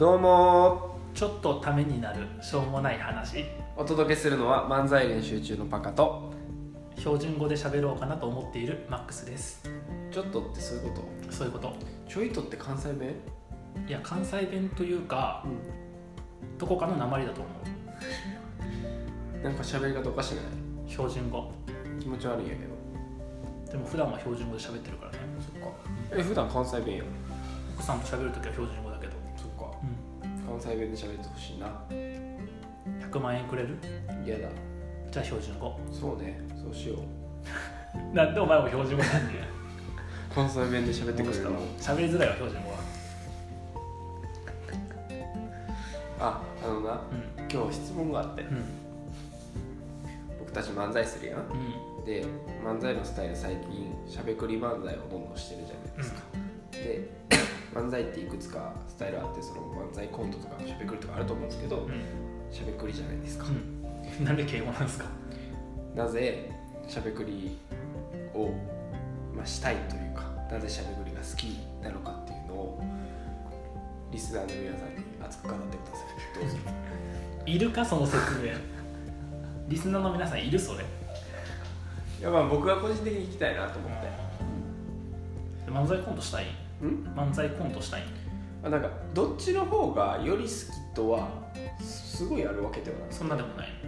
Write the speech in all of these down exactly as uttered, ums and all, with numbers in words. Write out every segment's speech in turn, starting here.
どうもちょっとためになるしょうもない話。 お届けするのは漫才練習中のパカと標準語で喋ろうかなと思っているマックスです。 ちょっとってそういうこそういうこと。 と？ちょいとって関西弁？ いや関西弁というか、うん、どこかの訛りだと思う。なんか喋り方おかしない？ 標準語。 気持ち悪いんやけど。 でも普段は標準語で喋ってるからね。 そっか。え普段関西弁やん。 奥さんと喋るときは標準語だけど。 そっか、うん、関西弁で喋ってほしいな。 ひゃくまんえんくれる？ 嫌だ。 じゃあ標準語。 そうね、そうしよう。なんでお前も標準語なんで関西弁で喋ってくれるの？ 喋りづらいわ標準語は。 あ、あのな、うん、今日質問があって、うん、僕たち漫才するやん、うん、で漫才のスタイル最近しゃべくり漫才をどんどんしてるじゃないですか、うん、で漫才っていくつかスタイルあって、その漫才コントとかしゃべくりとかあると思うんですけど、うん、しゃべくりじゃないですか、 うん、なんで敬語なんですか？ なぜしゃべくりを、まあ、したいというか、なぜしゃべくりが好きなのかっていうのをリスナーの皆さんに熱く語ってください。どうぞ。 いるかその説明。リスナーの皆さんいるそれ？ いやまあ僕は個人的に聞きたいなと思って。 うん、漫才コントしたい？ ん？ 漫才コントしたい？ あ、なんかどっちの方がより好きとはすごいあるわけではない。 そんなでもない。 うん。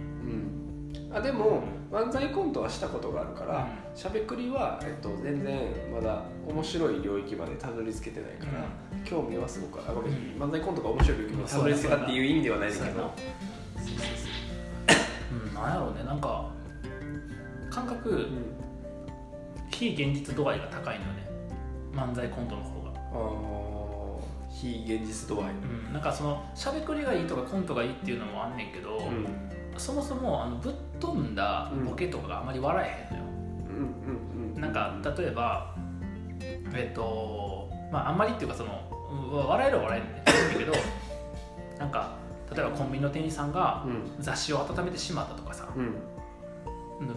あでも、うん、漫才コントはしたことがあるから、うん、しゃべくりは、えっと、全然まだ面白い領域までたどり着けてないから、うん、興味はすごくあるわけ、うん、漫才コントが面白い領域までたどり着けたっていう意味ではないんだけど、 うん、なんやろうね、なんか感覚、うん、非現実度合いが高いのよね、漫才コントの方が。 あ、非現実度合い、 うん、なんかそのしゃべくりがいいとかコントがいいっていうのもあんねんけど、うん、そもそもあのぶっ飛んだボケとかがあまり笑えへんのよ、うんうんうん、なんか例えばえっとまああんまりっていうかその笑えるは笑えるんだけどなんか例えばコンビニの店員さんが雑誌を温めてしまったとかさ、うん、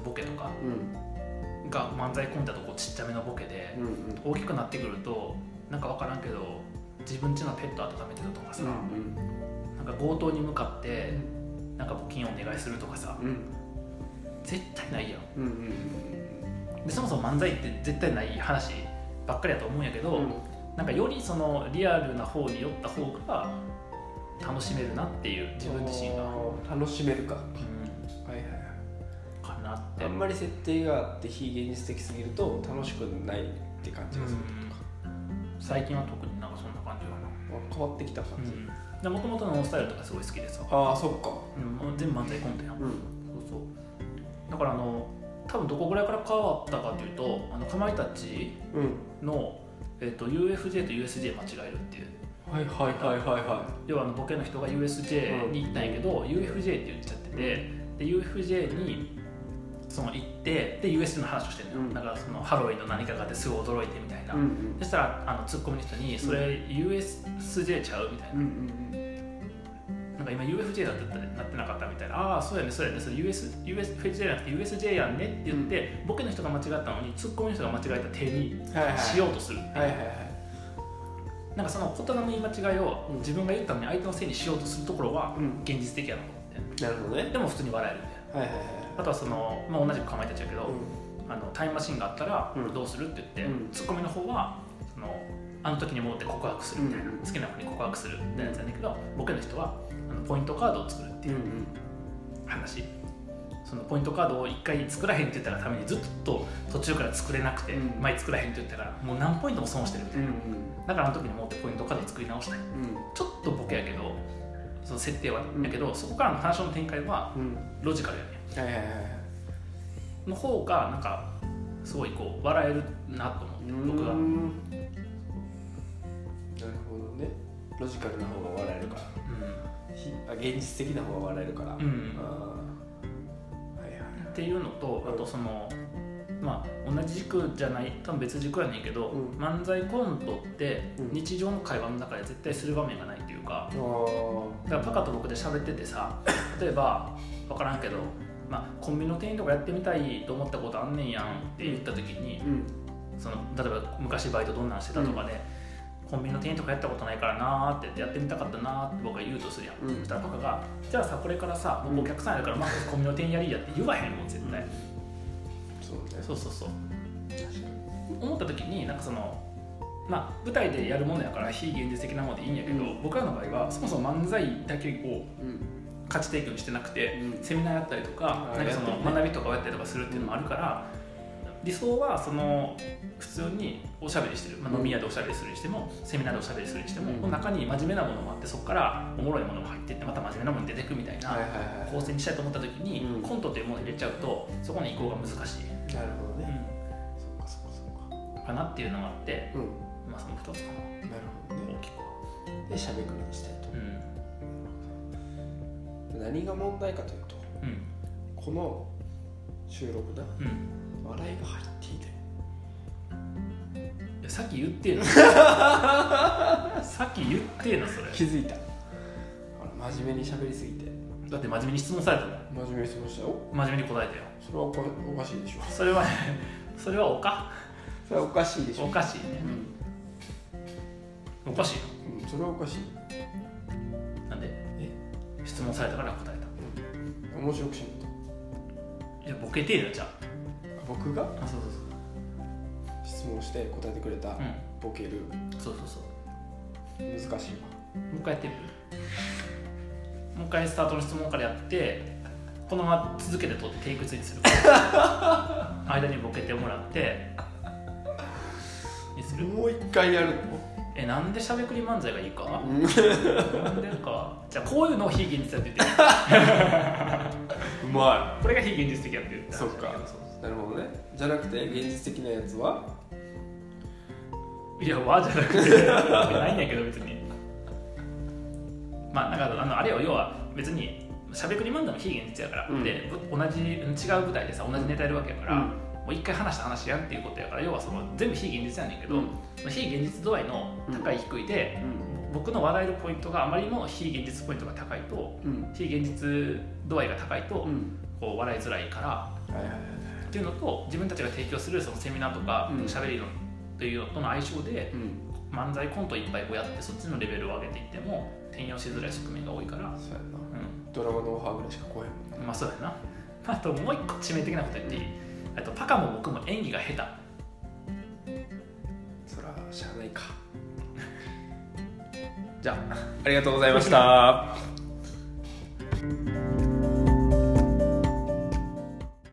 ボケとか、うん、が漫才コントだとこうちっちゃめのボケで、うんうん、大きくなってくるとなんか分からんけど自分家のペット温めてるとかさ、うんうん、なんか強盗に向かってなんか募金をお願いするとかさ、うん、絶対ないやん、うんうんうん、でそもそも漫才って絶対ない話ばっかりだと思うんやけど、うん、なんかよりそのリアルな方に寄った方が楽しめるなっていう、自分自身が楽しめるか、うん、 はいはいはいかなって。 あんまり設定があって非現実的すぎると楽しくないって感じがするとか、 うん、最近は特になんかそんな感じかな。 変わってきた感じ、 うん、もともとのノンスタイルとかすごい好きでさ。 ああそっか、 うん、全部漫才コントやん、うん、そうそう。だからあの多分どこぐらいから変わったかというと、あのかまいたちの、うんえー、と ユーエフジェー と ユーエスジェー 間違えるっていう、 はいはいはいはいはい、 要はあのボケの人が ユーエスジェー に行ったんやけど、うん、ユーエフジェー って言っちゃってて、で ユーエフジェー にその行ってで ユーエスジェー の話をしてるのよ、うん、だからそのハロウィンの何かがあってすごい驚いてみたいな、うんうん、そしたらあのツッコミの人にそれ ユーエスジェー ちゃうみたいな、うんうん、なんか今 ユーエフジェー だってなってなかったみたいな、ああそうやねそうやね、それ ユーエスジェー じゃなくて ユーエスジェー やんねって言って、うん、ボケの人が間違ったのにツッコミの人が間違えた手にしようとするっていう、はいはいはいはい、なんかその言葉の言い間違いを自分が言ったのに相手のせいにしようとするところは現実的やなと思って、 うん、なるほどね。 でも普通に笑えるみたいな、はいはいはい、あとはその、まあ、同じくかまいたちやけど、うん、あのタイムマシンがあったらどうするって言って、うん、ツッコミの方はそのあの時に戻って告白するみたいな、うん、好きな子に告白するみたいなやつなんだけど、ボケの人はあのポイントカードを作るっていう話、そのポイントカードをいっかい作らへんって言ったがためにずっと途中から作れなくて、うん、前作らへんって言ったからもう何ポイントも損してるみたいな、うんうん、だからあの時に戻ってポイントカードを作り直したい、うん、ちょっとボケやけどその設定は、うん、やけどそこからの話の展開はロジカルやね、うんはいはいはい、の方がなんかすごいこう笑えるなと思って僕が。なるほどね、ロジカルな方が笑えるから、うん、現実的な方が笑えるから、うん、あ、はいはい、 っていうのと、あとそのまあ同じ軸じゃない多分別軸やねんけど、うん、漫才コントって日常の会話の中で絶対する場面がないっていうか、うん、だからパカと僕で喋っててさ、例えば分からんけど、まあ、コンビニの店員とかやってみたいと思ったことあんねんやんって言った時に、うん、その例えば昔バイトどんなんしてたとかで、 コンビニの店員とかやったことないからなーって言ってやってみたかったなーって僕が言うとするやん、うん、そしたらパカがじゃあさこれからさ僕お客さんやるからまあコンビニの店員やりやって言わへんもん絶対、うん、 そうね、 そうそうそう思った時になんかそのまあ舞台でやるものやから非現実的なものでいいんやけど、うん、僕らの場合はそもそも漫才だけを価値提供にしてなくて、うん、セミナーやったりとか、なんかその学びとかをやったりとかするっていうのもあるから、うん、理想はその普通におしゃべりしてる、まあ、飲み屋でおしゃべりするにしてもセミナーでおしゃべりするにしても、うん、この中に真面目なものもあってそこからおもろいものも入っていってまた真面目なもの出てくみたいな構成にしたいと思った時に、うん、コントというものを入れちゃうとそこの移行が難しい。 なるほどね、 うん、そっかそっかそっかかなっていうのがあって、うん、まあそのふたつかな。 なるほどね。大きくでしゃべくりにしたいと、うん、何が問題かというと、うん、この収録だ、うん、笑いが入っていてさっき言ってんのさっき言ってんのそれ気づいた。真面目に喋りすぎて。 だって真面目に質問されたもん。 真面目に質問したよ。 真面目に答えたよ。 それはおか、おかしいでしょ。 それはそれはおかそれはおかしいでしょ。 おかしいね、うん、おかしいの、うん、それはおかしい。 なんでえ質問されたから答えた、 うん、面白くしないと。いやボケてるじゃん。 僕があそうそうそう質問して答えてくれた、うん、ボケる。 そうそうそう難しいわ。もう一回やってみる。もう一回スタートの質問からやってこのまま続けて取ってテイクツーにする間にボケてもらってにする。 もう一回やるの？ えなんでしゃべくり漫才がいいかなんでかじゃあこういうのを非現実だって言ってうまい。これが非現実的やって言ってそっか。なるほどね。じゃなくて現実的なやつはいやわじゃなくてないんやけど別にまあなんかあのあれよ要は別にしゃべくり漫才の非現実やから、うん、で同じ違う舞台でさ同じネタやるわけやから、うん、もう一回話した話やんっていうことやから要はその全部非現実やねんけど、うん、非現実度合いの高い低いで、うん、僕の笑えるポイントがあまりにも非現実ポイントが高いと、うん、非現実度合いが高いと、うん、こう笑いづらいから、はいはいはい、っていうのと自分たちが提供するそのセミナーとかしゃべりのというのとの相性で、うん、漫才コントいっぱいこうやってそっちのレベルを上げていっても転用しづらい側面が多いから。 そうやな、うん、ドラマのオファーぐらいしか来へんもんね。 まあそうやな。あともう一個致命的なこと言っていい？あとパカも僕も演技が下手。 そらしゃあないかじゃあありがとうございました